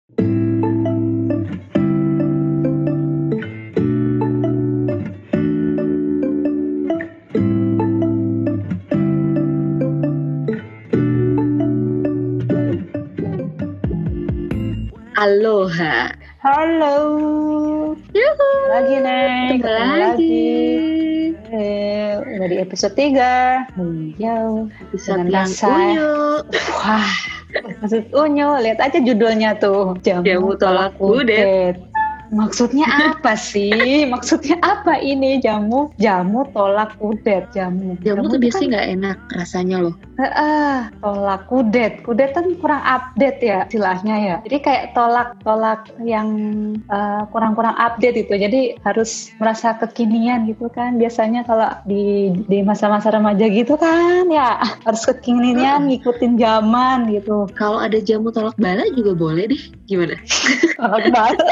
Aloha. Halo. Yuhu. Lagi Neng, Ketemu lagi. Udah di episode 3. Jauh. Episode Dengan yang rasa. unyu. Wah, maksud unyu. Lihat aja judulnya tuh. Jamu tolak kudet. Maksudnya apa sih? Maksudnya apa ini jamu tolak kudet? Jamu Jamu tuh biasanya kan nggak enak rasanya loh. tolak kudet kan kurang update ya istilahnya ya. Jadi kayak tolak yang kurang update itu. Jadi harus merasa kekinian gitu kan. Biasanya kalau di masa-masa remaja gitu kan ya harus kekinian, ngikutin zaman gitu. Kalau ada jamu tolak bala juga boleh deh. Gimana? Tolak bala.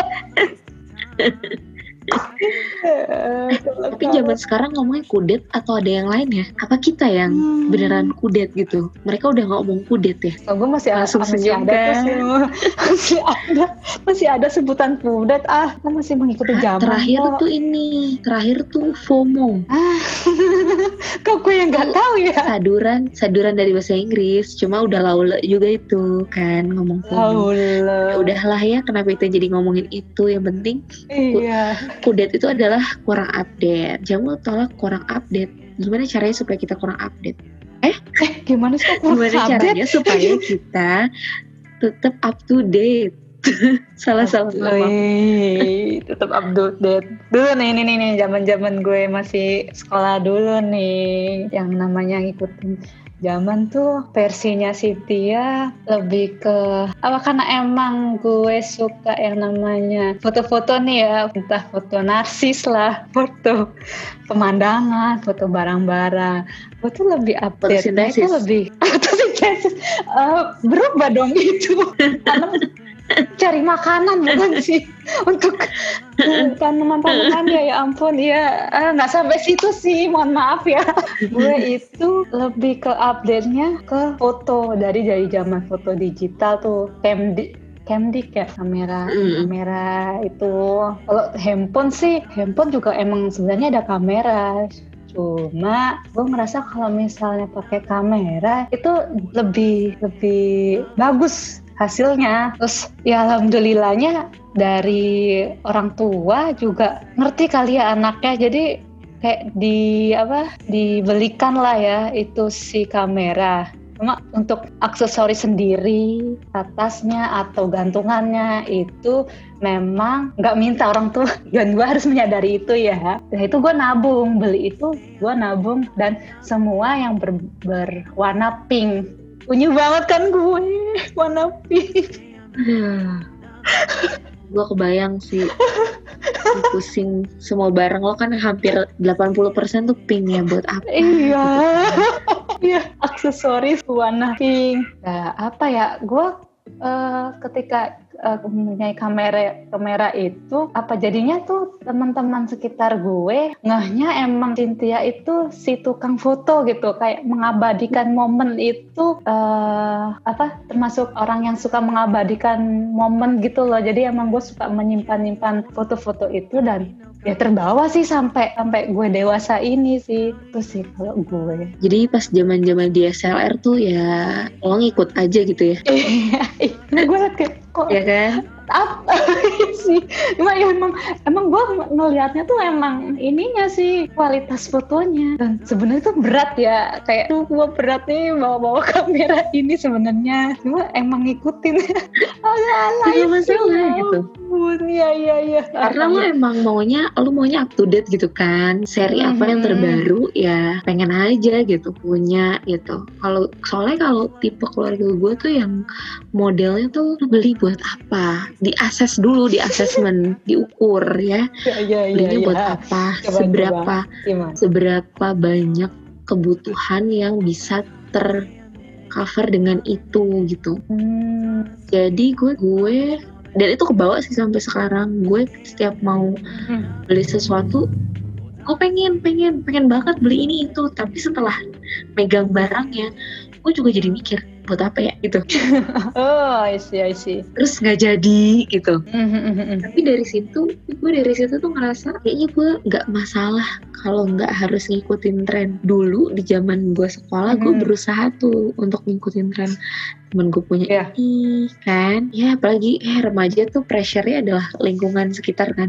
Tapi zaman sekarang ngomongnya kudet atau ada yang lain ya? Apa kita yang beneran kudet gitu? Mereka udah nggak ngomong kudet ya? So, gue masih ada kan? masih ada sebutan kudet. Kita masih mengikuti zaman. Terakhir tuh FOMO. Kok gue yang nggak tahu ya? Saduran dari bahasa Inggris. Cuma udah laule juga itu kan ngomong FOMO. Udahlah ya, kenapa kita jadi ngomongin itu? Yang penting kudet itu adalah kurang update. Jamu tolak kurang update. Gimana caranya supaya kita kurang update? Gimana caranya supaya kita tetap up to date? Salah. Tetap up to date. Dulu nih zaman gue masih sekolah dulu nih, yang namanya ngikutin zaman tuh versinya Cynthia lebih ke karena emang gue suka yang namanya foto-foto nih ya, entah foto narsis lah, foto pemandangan, foto barang-barang. Gue tuh lebih update, itu lebih fotosintesis. Berubah dong itu. Cari makanan bukan sih untuk tanaman-tanaman ya ampun ya, nggak sampai situ sih, mohon maaf ya. Gue itu lebih ke update-nya ke foto dari zaman foto digital tuh, Camdik ya, kamera itu. Kalau handphone juga emang sebenarnya ada kamera. Cuma gue ngerasa kalau misalnya pakai kamera itu lebih bagus hasilnya. Terus ya alhamdulillahnya dari orang tua juga ngerti kali ya anaknya, jadi kayak dibelikan lah ya itu si kamera. Cuma untuk aksesoris sendiri, atasnya atau gantungannya itu memang nggak minta orang tua, dan gue harus menyadari itu ya. Nah itu gue nabung, beli itu gue nabung, dan semua yang berwarna pink. Unyu banget kan gue, warna pink. Gue kebayang sih, pusing semua barang lo kan hampir 80% tuh pink ya, buat apa? Iya, aksesoris warna pink. Nah, gue ketika mempunyai kamera itu, jadinya tuh teman-teman sekitar gue ngehnya emang Cynthia itu si tukang foto gitu, kayak mengabadikan momen itu, termasuk orang yang suka mengabadikan momen gitu loh. Jadi emang gue suka menyimpan foto-foto itu, dan ya terbawa sih sampai gue dewasa ini sih. Itu sih kalau gue. Jadi pas zaman-zaman DSLR tuh ya lo ngikut aja gitu ya. Nah gue liat kayak kok ya kan? Apa sih? Cuma ya emang gue ngelihatnya tuh emang ininya sih, kualitas fotonya. Dan sebenarnya tuh berat ya, kayak tuh gue berat nih bawa kamera ini sebenarnya. Cuma emang ngikutin. Gak masalah gitu. Iya. Karena lo emang maunya up to date gitu kan. Seri apa yang terbaru ya pengen aja gitu punya gitu. Soalnya kalau tipe keluarga gue tuh yang modelnya tuh beli buat apa? Di assessment, diukur ya. Belinya buat apa? Seberapa banyak kebutuhan yang bisa tercover dengan itu gitu. Jadi gue dan itu kebawa sih sampai sekarang. Gue setiap mau beli sesuatu, gue pengen banget beli ini itu. Tapi setelah megang barangnya, gue juga jadi mikir, buat apa ya gitu. Oh, I see. Terus nggak jadi gitu. Tapi dari situ tuh ngerasa kayaknya gue nggak masalah kalau nggak harus ngikutin tren. Dulu di zaman gue sekolah gue berusaha tuh untuk ngikutin tren. Temen gue punya ini kan, ya apalagi remaja tuh pressure-nya adalah lingkungan sekitar kan.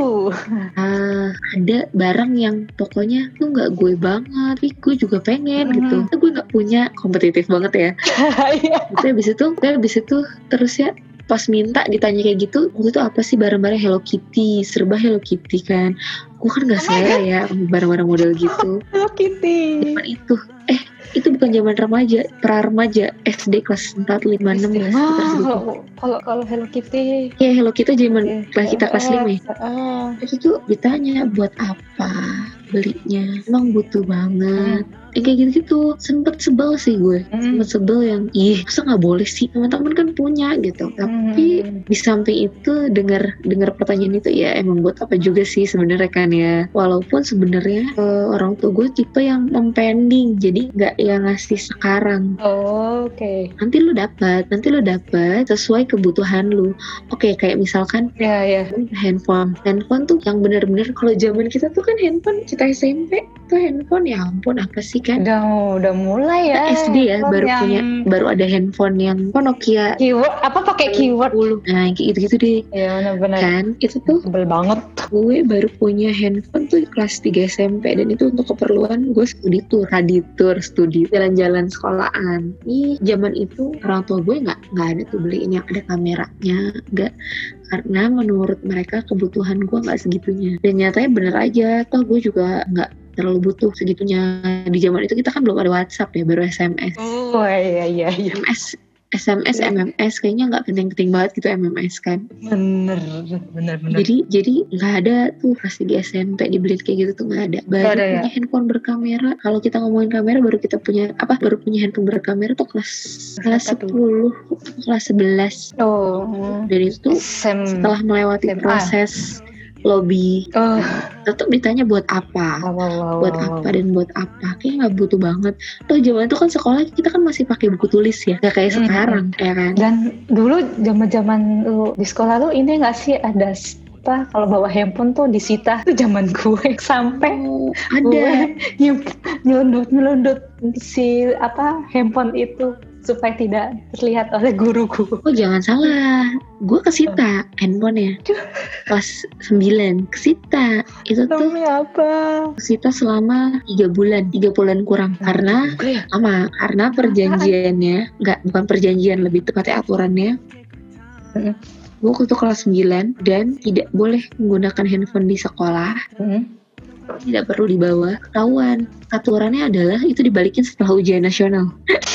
Ada barang yang pokoknya tuh nggak gue banget, tapi gue juga pengen gitu. Gue nggak punya, kompetitif banget ya. Tapi habis itu terus ya pas minta ditanya kayak gitu, waktu itu apa sih barang-barang Hello Kitty, serba Hello Kitty kan. Gue kan gak selera ya barang-barang model gitu. Hello Kitty. Zaman itu bukan zaman remaja, pra-remaja, SD kelas 4, 5, 6 ya. Kalau Hello Kitty. Ya Hello Kitty zaman kita kelas 5 ya. Terus itu ditanya buat apa belinya, emang butuh banget. Kayak gitu-gitu, sempet sebel sih gue. Sempet sebel yang, masa gak boleh sih, teman-teman kan punya gitu. Tapi di samping itu dengar pertanyaan itu, ya emang buat apa juga sih sebenarnya kan ya. Walaupun sebenarnya orang tua gue tipe yang mempending, jadi gak yang ngasih sekarang. Oke. Nanti lu dapat sesuai kebutuhan lu. Oke, kayak misalkan handphone tuh yang benar-benar, kalau zaman kita tuh kan handphone, kita SMP tuh handphone, ya ampun apa sih kan. Udah mulai ya. SD ya baru ada handphone yang Nokia. Keyword apa pakai keyword? Nah kayak gitu deh. Ya benar. Kan itu tuh sebel banget. Gue baru punya handphone tuh kelas 3 SMP, dan itu untuk keperluan gue studi jalan-jalan sekolahan. Zaman itu orang tua gue nggak ada tuh beliin yang ada kameranya, nggak, karena menurut mereka kebutuhan gue nggak segitunya. Dan nyatanya bener aja, toh gue juga nggak terlalu butuh segitunya. Di zaman itu kita kan belum ada WhatsApp ya, baru SMS. Iya. SMS, MMS kayaknya nggak penting-penting banget gitu, MMS kan. Bener. Jadi nggak ada tuh pas di SMP dibeliin kayak gitu tuh, nggak ada. Baru punya handphone berkamera. Kalau kita ngomongin kamera, baru punya handphone berkamera tuh kelas 10, kelas 11. Dan itu setelah melewati proses lobby, tetap ditanya buat apa, dan buat apa, kayak nggak butuh banget. Tuh zaman itu kan sekolah kita kan masih pakai buku tulis ya, nggak kayak sekarang ya kan. Dan dulu zaman lu di sekolah lu ini nggak sih ada kalau bawa handphone tuh disita, tuh zaman gue sampai ada nyelundut si handphone itu supaya tidak terlihat oleh guruku. Jangan salah, gue kesita handphonenya kelas 9, kesita. Itu tuh kesita selama 3 bulan kurang, karena perjanjiannya, bukan perjanjian, lebih tepatnya aturannya. Gue waktu itu kelas 9 dan tidak boleh menggunakan handphone di sekolah. Tidak perlu dibawa, ketahuan. Aturannya adalah itu dibalikin setelah ujian nasional.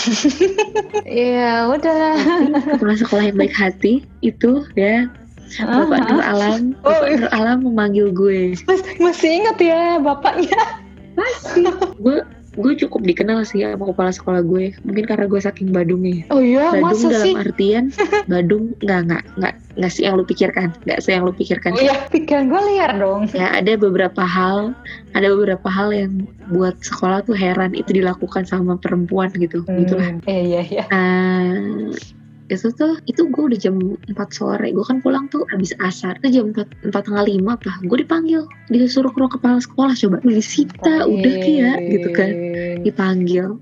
Ya udah. Kepala sekolah yang baik hati itu ya, Bapak Nur Alam memanggil gue. Masih ingat ya bapaknya? Masih. Gue cukup dikenal sih sama kepala sekolah gue. Mungkin karena gue saking badungnya. Badung masa dalam sih? Artian badung nggak sih yang lu pikirkan. Nggak sih yang lu pikirkan. Pikiran gue liar dong. Ya ada beberapa hal yang buat sekolah tuh heran itu dilakukan sama perempuan gitu. Gitulah. Iya. Itu gue udah jam 4 sore, gue kan pulang tuh habis asar, itu jam 4:45 apa, gue disuruh ke ruang kepala sekolah, coba disita, udah kayak gitu kan, dipanggil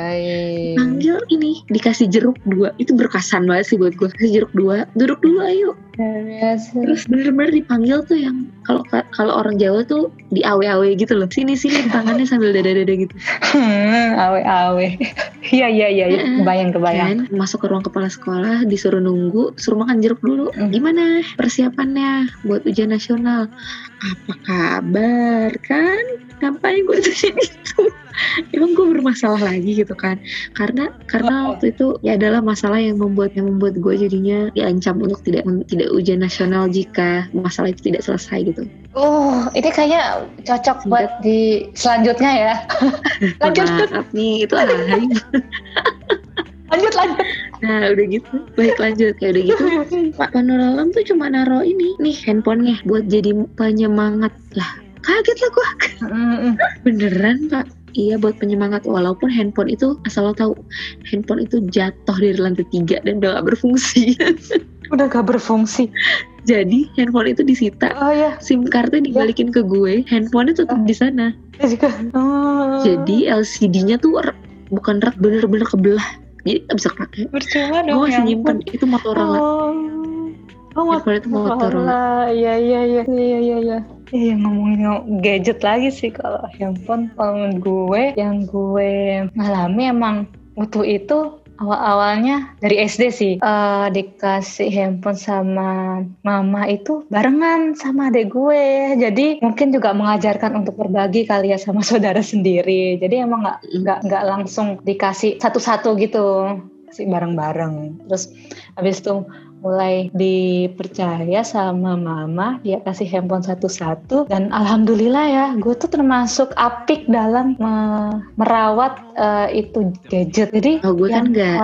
ini, dikasih jeruk 2, itu berkesan banget sih buat gue, kasih jeruk 2, duduk dulu ayo. Terus bener-bener dipanggil tuh yang kalau orang Jawa tuh di awe-awe gitu loh, sini tangannya sambil dada-dada gitu. Awe-awe. Iya. Kebayang. Kan, masuk ke ruang kepala sekolah, disuruh makan jeruk dulu. Gimana persiapannya buat ujian nasional? Apa kabar kan? Ngapain gue di sini tuh? Emang gue bermasalah lagi gitu kan? Karena waktu itu ya adalah masalah yang membuat gue jadinya diancam untuk tidak ujian nasional jika masalah itu tidak selesai gitu. Ini kayaknya cocok buat di selanjutnya ya. Lanjut. Maaf nih, itu lain. Lanjut. Nah udah gitu, baik lanjut. Kayak udah gitu, Pak Nur Alam tuh cuma naro nih handphonenya buat jadi penyemangat lah. Kaget lah gue. Beneran Pak, Iya, buat penyemangat. Walaupun handphone itu, asal lo tahu, handphone itu jatuh dari lantai 3 dan udah gak berfungsi. Udah gak berfungsi. Jadi handphone itu disita, Oh ya. SIM cardnya dibalikin ke gue, handphonenya tetap di sana. Jadi LCD-nya tuh bukan bener-bener kebelah, jadi gak bisa pakai. Percuma dong. Gue masih nyimpen itu Motorola. Handphone itu Motorola. Iya. Ngomongin gadget lagi sih kalau handphone. Kalau gue yang gue ngalami emang waktu itu awal-awalnya dari SD sih, dikasih handphone sama mama itu barengan sama adek gue. Jadi mungkin juga mengajarkan untuk berbagi kali ya sama saudara sendiri. Jadi emang nggak langsung dikasih satu-satu gitu, kasih bareng-bareng. Terus habis itu mulai dipercaya sama mama, dia kasih handphone satu-satu, dan alhamdulillah ya, gue tuh termasuk apik dalam merawat itu gadget. Jadi gue kan enggak.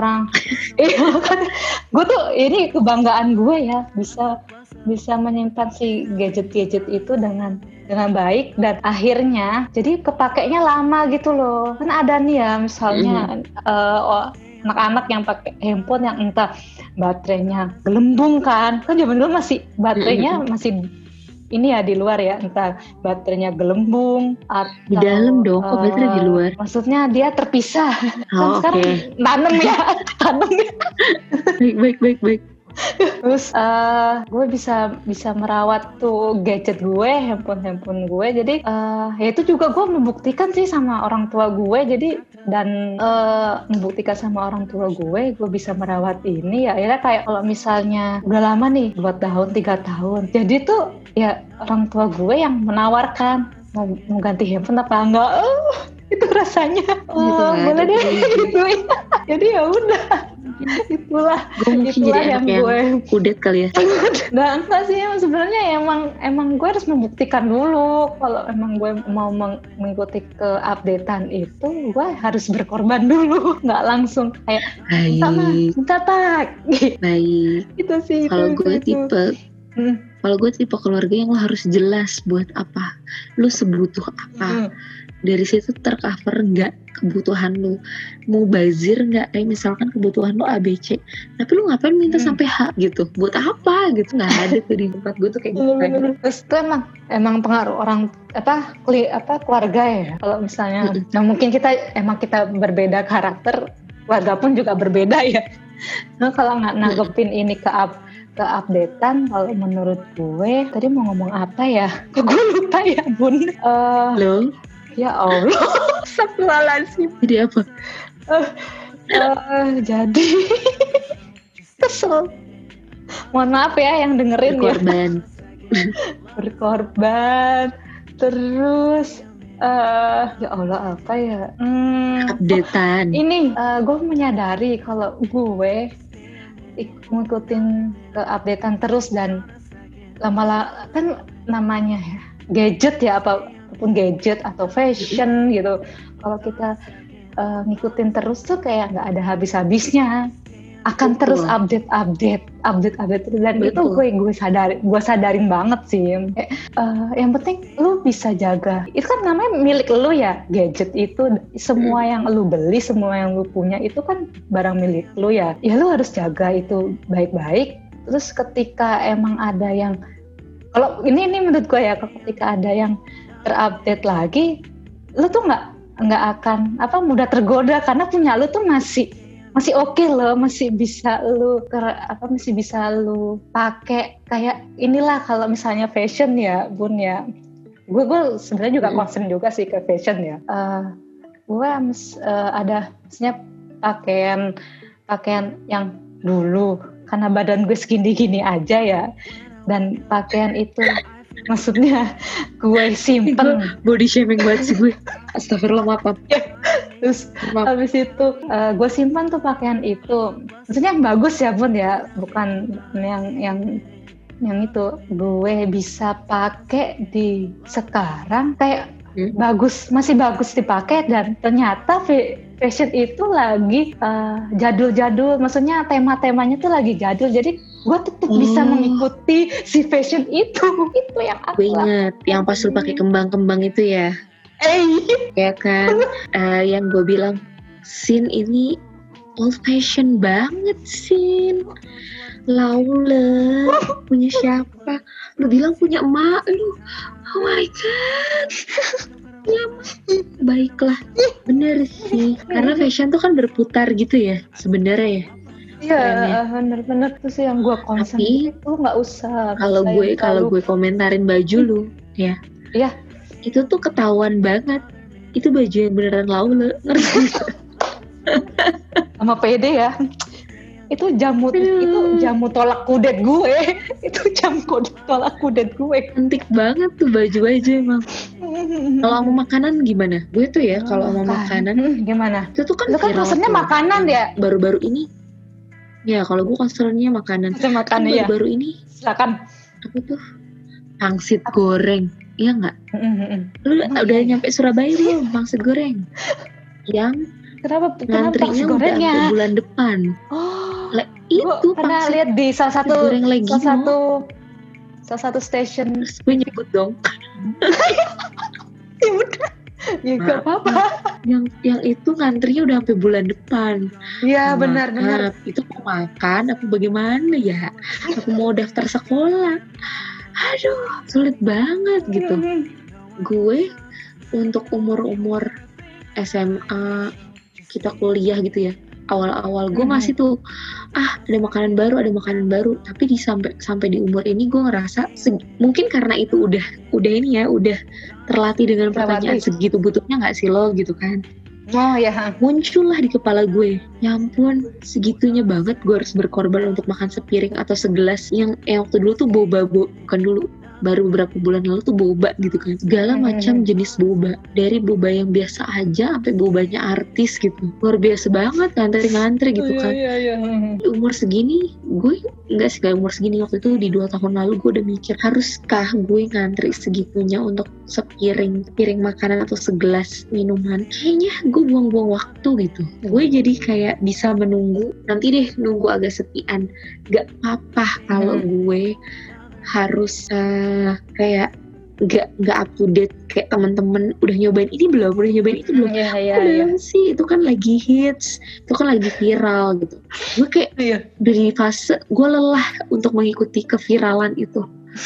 Gue tuh ini kebanggaan gue ya, bisa menyimpan si gadget-gadget itu dengan baik, dan akhirnya jadi kepakainya lama gitu loh. Kan ada nih ya misalnya anak-anak yang pakai handphone yang entah baterainya gelembung kan zaman dulu masih baterainya masih ini ya di luar ya, entah baterainya gelembung atau di dalam dong, kok baterai di luar? Maksudnya dia terpisah. Oh, kan sekarang tanam ya. Baik. Terus gue bisa merawat tuh gadget gue, handphone gue. Jadi ya itu juga gue membuktikan sih sama orang tua gue. Jadi dan membuktikan sama orang tua gue bisa merawat ini ya. Ya kayak kalau misalnya udah lama nih 2 tahun 3 tahun. Jadi tuh ya orang tua gue yang menawarkan mau ganti handphone apa enggak. Itu rasanya boleh deh gitu. Jadi ya udah. itulah yang gue kudet kali ya. Nggak sih, sebenarnya emang gue harus membuktikan dulu kalau emang gue mau mengikuti keupdatean itu, gue harus berkorban dulu, nggak langsung kayak minta tak. Baik. Itu sih. Kalau gue tipe keluarga yang lo harus jelas buat apa, lo sebutuh apa. Dari situ tercover nggak kebutuhan lu, mau bazir nggak, kayak misalkan kebutuhan lu ABC tapi lu ngapain minta sampai H gitu, buat apa gitu, nggak ada tuh di tempat gue tuh kayak gitu. Terus itu emang pengaruh orang keluarga ya, kalau misalnya nah mungkin kita berbeda karakter, keluarga pun juga berbeda ya. Nah kalau nggak nanggepin ini ke updatean, kalau menurut gue tadi mau ngomong apa ya, kok gue lupa ya bun. Lo ya Allah, astagfirullahaladzim. Jadi apa? Jadi kesel. Mohon maaf ya yang dengerin. Berkorban. Terus ya Allah apa ya? Updatean. Ini gue menyadari kalau gue ngikutin ke updatean terus, dan lama-lama kan namanya ya gadget ya, apapun gadget atau fashion gitu, kalau kita ngikutin terus tuh kayak nggak ada habis-habisnya, akan terus update dan betul. Itu gue sadarin banget sih. Yang penting lu bisa jaga, itu kan namanya milik lu ya, gadget itu semua yang lu beli, semua yang lu punya itu kan barang milik lu ya lu harus jaga itu baik-baik. Terus ketika emang ada yang, kalau ini menurut gue ya, ketika ada yang terupdate lagi, lu tuh nggak akan mudah tergoda, karena punya lu tuh masih oke loh, masih bisa lu pakai. Kayak inilah kalau misalnya fashion ya bun ya, gue sebenarnya juga concern juga sih ke fashion ya. Gue ada misalnya pakaian yang dulu karena badan gue segini-gini aja ya, dan pakaian itu maksudnya gue simpen. Body shaming banget sih gue. Astagfirullah, maaf. Terus habis itu gue simpan tuh pakaian itu, maksudnya yang bagus ya bun ya, bukan yang itu. Gue bisa pakai di sekarang kayak masih bagus dipakai, dan ternyata fashion itu lagi jadul-jadul, maksudnya tema-temanya tuh lagi jadul, jadi gue tetap bisa mengikuti si fashion itu yang aku ingat yang pas lu pakai kembang-kembang itu ya. Ya kan, yang gue bilang, Sin ini old fashion banget, Sin. Laule, punya siapa? Lu bilang punya emak lu. Oh my god. Ya, baiklah. Bener sih, karena fashion tuh kan berputar gitu ya sebenarnya ya. Iya, bener-bener tuh sih yang gue concern. Tapi itu nggak usah. kalau gue komentarin baju lu, ya. Iya. Itu tuh ketahuan banget. Itu baju yang beneran Laule, ngerti? Sama PD ya. Itu jamu tolak kudet gue. Itu jamu tolak kudet gue. Cantik banget tuh baju-baju emang. Kalau sama makanan gimana? Gue tuh ya kalau sama makanan gimana? itu tuh kan Lu kan viral concernnya tuh. makanan ya? Baru-baru ini. Ya kalau gue concernnya makanan. Makan ya. Baru-baru ini. Silakan. Apa tuh? Pangsit goreng. Iya nggak? Lu udah nyampe Surabaya belum? Pangsit goreng. Yang Kenapa ngantrinya udah sampai bulan depan. Itu pernah lihat di salah satu stasiun. Gue nyebut dong. Ya udah. Ya nggak apa-apa. Yang itu ngantrinya udah sampai bulan depan. Iya benar. Itu mau makan apa bagaimana ya? Aku mau daftar sekolah. Aduh, sulit banget gitu. Gue untuk umur SMA kita kuliah gitu ya. Awal-awal gue masih tuh ada makanan baru, tapi sampai di umur ini gue ngerasa mungkin karena itu udah terlatih dengan pertanyaan segitu butuhnya nggak sih lo gitu kan. Oh ya. Muncullah di kepala gue, ya ampun segitunya banget gue harus berkorban untuk makan sepiring atau segelas yang waktu dulu tuh bukan dulu, baru beberapa bulan lalu tuh boba gitu kan, segala macam jenis boba, dari boba yang biasa aja sampai bobanya artis gitu, luar biasa banget ngantri gitu kan. Di umur segini gue nggak umur segini, waktu itu di 2 tahun lalu gue udah mikir haruskah gue ngantri segitunya untuk sepiring makanan atau segelas minuman. Kayaknya gue buang-buang waktu gitu. Gue jadi kayak bisa nunggu agak sepian, gak apa-apa kalau gue harus kayak nggak up to date kayak teman-teman udah nyobain itu belum. Belum sih, itu kan lagi hits, itu kan lagi viral gitu. Gue kayak dari fase gue lelah untuk mengikuti keviralan itu.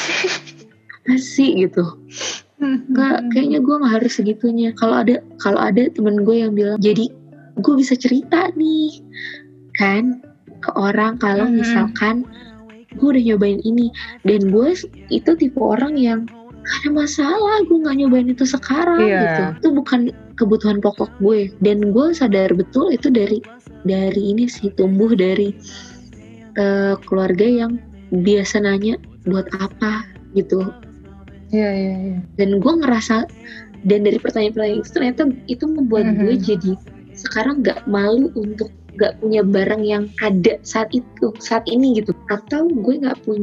Apa sih gitu? Kayaknya gue nggak harus segitunya. Kalau ada temen gue yang bilang, jadi gue bisa cerita nih kan ke orang kalau misalkan gue udah nyobain ini, dan gue itu tipe orang yang gak ada masalah gue nggak nyobain itu sekarang gitu. Itu bukan kebutuhan pokok gue, dan gue sadar betul itu dari ini sih, tumbuh dari keluarga yang biasa nanya buat apa gitu. Iya. Dan gue ngerasa, dan dari pertanyaan-pertanyaan itu ternyata itu membuat gue jadi sekarang gak malu untuk gak punya barang yang ada saat ini gitu, atau gue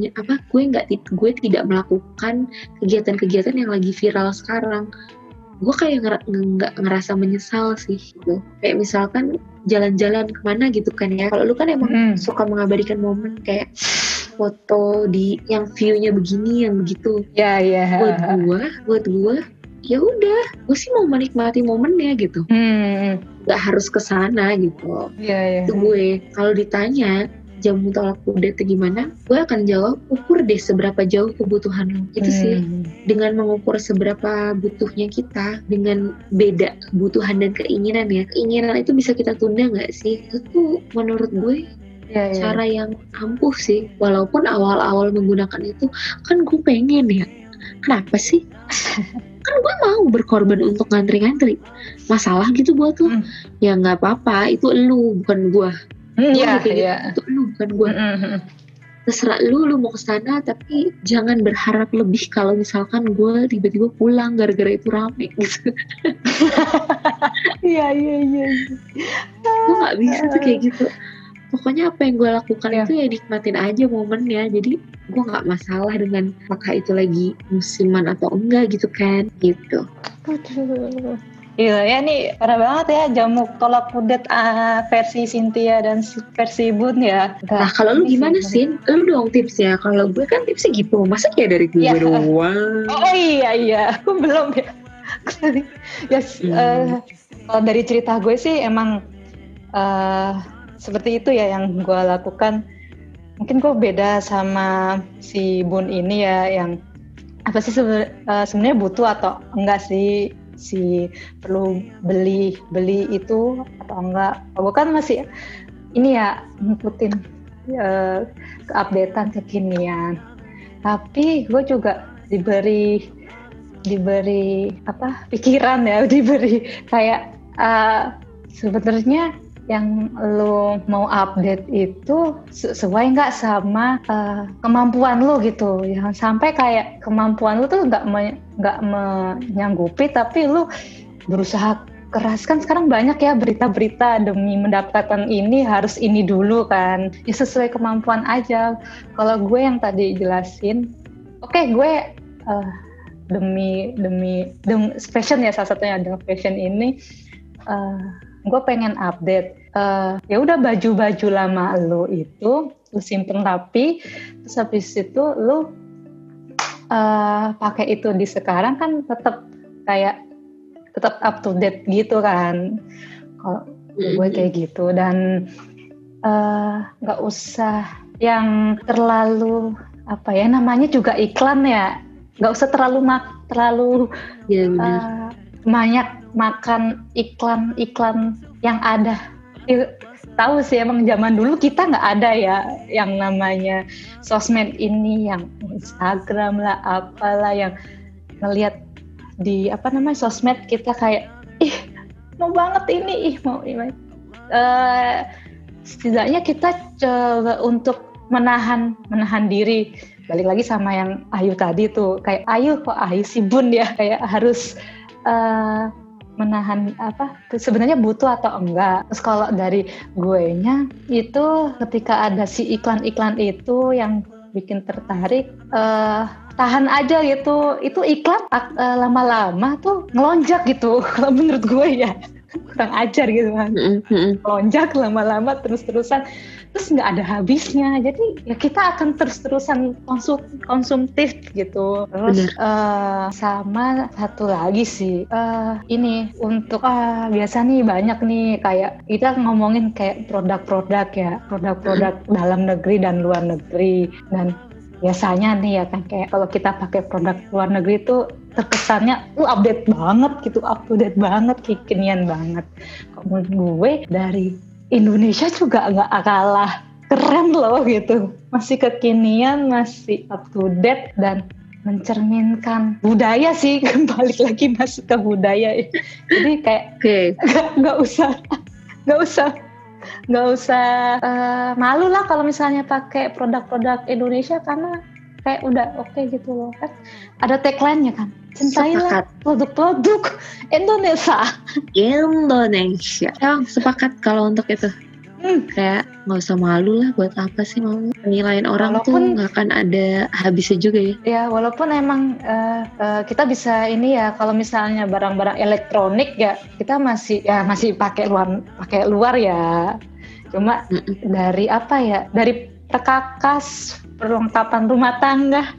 tidak melakukan kegiatan-kegiatan yang lagi viral sekarang. Gue kayak nggak ngerasa menyesal sih gitu. Kayak misalkan jalan-jalan kemana gitu kan ya, kalau lu kan emang suka mengabadikan momen kayak foto di yang view-nya begini yang begitu. Ya. Buat gue ya udah, gue sih mau menikmati momennya gitu. Gak harus kesana gitu. Iya. Itu gue, kalau ditanya jamu tolak kudet gimana, gue akan jawab ukur deh seberapa jauh kebutuhan lo. Itu sih, dengan mengukur seberapa butuhnya kita, dengan beda kebutuhan dan keinginan ya. Keinginan itu bisa kita tunda gak sih? Itu menurut gue cara yang ampuh sih. Walaupun awal-awal menggunakan itu kan gue pengen ya, kenapa sih? Kan gue mau berkorban untuk ngantri-ngantri, masalah gitu buat lo. Ya nggak apa-apa, itu lu bukan gue. Itu lu bukan gue. Terserah lu mau kesana, tapi jangan berharap lebih kalau misalkan gue tiba-tiba pulang gara-gara itu rame gitu. Iya. Gue nggak bisa tuh kayak gitu. Pokoknya apa yang gue lakukan itu ya nikmatin aja momennya. Jadi gue nggak masalah dengan apakah itu lagi musiman atau enggak gitu kan, gitu. Iya ya, nih parah banget ya jamu tolak kudet versi Cynthia dan versi Bun ya. Nah kalau lu gimana sih? Lu dong tipsnya. Kalau gue kan tipsnya gitu, masa kayak dari gue doang. Oh iya, aku belum ya. Ya, kalau dari cerita gue sih emang seperti itu ya yang gue lakukan. Mungkin gue beda sama si Bun ini ya, yang apa sih sebenarnya butuh atau enggak sih si perlu beli itu atau enggak. Gue kan masih ini ya ngikutin keupdatean kekinian. Tapi gue juga diberi apa pikiran ya, diberi kayak sebenarnya yang lo mau update itu sesuai nggak sama kemampuan lo gitu. Jangan sampai kayak kemampuan lo tuh nggak menyanggupi, tapi lo berusaha keras. Kan sekarang banyak ya berita-berita demi mendapatkan ini harus ini dulu kan. Ya sesuai kemampuan aja. Kalau gue yang tadi jelasin, oke, gue demi fashion ya, salah satunya ada fashion ini. Gue pengen update, ya udah baju-baju lama lo itu lo simpen rapi, terus habis itu lo pakai itu di sekarang kan tetap up to date gitu kan. Kalau gue kayak gitu, dan nggak usah yang terlalu apa ya namanya juga iklan ya, nggak usah terlalu ya, banyak makan iklan yang ada. Tahu sih emang zaman dulu kita nggak ada ya yang namanya sosmed ini, yang Instagram lah apalah, yang ngelihat di apa namanya sosmed kita kayak mau banget ini, mau ini. Setidaknya kita coba untuk menahan diri. Balik lagi sama yang Ayu tadi tuh, kayak Ayu si Bun ya, kayak harus menahan apa sebenarnya butuh atau enggak. Terus kalau dari gue-nya itu ketika ada si iklan-iklan itu yang bikin tertarik, tahan aja gitu. Itu iklan lama-lama tuh ngelonjak gitu kalau menurut gue ya. Kurang ajar gitu kan. Melonjak lama-lama terus-terusan, terus nggak ada habisnya. Jadi ya kita akan terus-terusan konsumtif gitu. Terus sama satu lagi sih, ini untuk biasa nih banyak nih kayak kita ngomongin kayak produk-produk ya, produk-produk dalam negeri dan luar negeri. Dan biasanya nih ya kan, kayak kalau kita pakai produk luar negeri itu terkesannya update banget gitu, up to date banget, kekinian banget. Kalau menurut gue dari Indonesia juga nggak kalah keren loh gitu, masih kekinian, masih up to date dan mencerminkan budaya sih. Balik lagi masuk ke budaya. Jadi kayak nggak usah malu lah kalau misalnya pakai produk-produk Indonesia, karena kayak udah oke gitu loh kan. Ada tagline-nya kan, cintailah produk-produk Indonesia. Sepakat kalau untuk itu. Kayak nggak usah malu lah, buat apa sih mau penilaian orang, walaupun tuh nggak akan ada habisnya juga ya. Ya walaupun emang kita bisa ini ya, kalau misalnya barang-barang elektronik ya kita masih pakai luar ya. Cuma dari apa ya, dari perkakas, perlengkapan rumah tangga,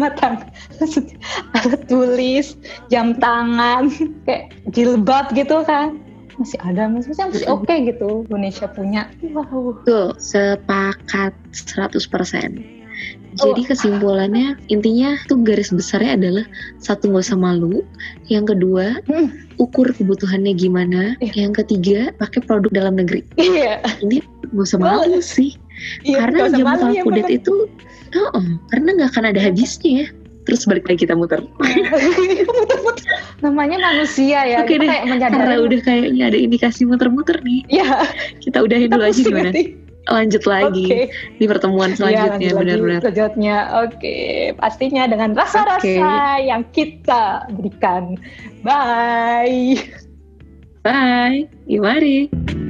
alat tulis, jam tangan, kayak jilbab gitu kan, masih ada, masih oke gitu Indonesia punya. Wow. Tuh, sepakat 100%. Jadi kesimpulannya, intinya tuh garis besarnya adalah satu, nggak usah malu. Yang kedua, ukur kebutuhannya gimana. Yang ketiga, pakai produk dalam negeri. Ini nggak usah malu sih. Karena zaman update itu, karena nggak akan ada habisnya ya. Terus balik lagi kita muter. Namanya manusia ya. Oke deh, kayak menyadari. Karena udah kayaknya ada indikasi muter-muter nih. Iya. Kita udahin dulu aja gimana? Lanjut lagi di pertemuan selanjutnya, benar-benar. Selanjutnya, pastinya dengan rasa-rasa yang kita berikan. Bye. Bye. Mari.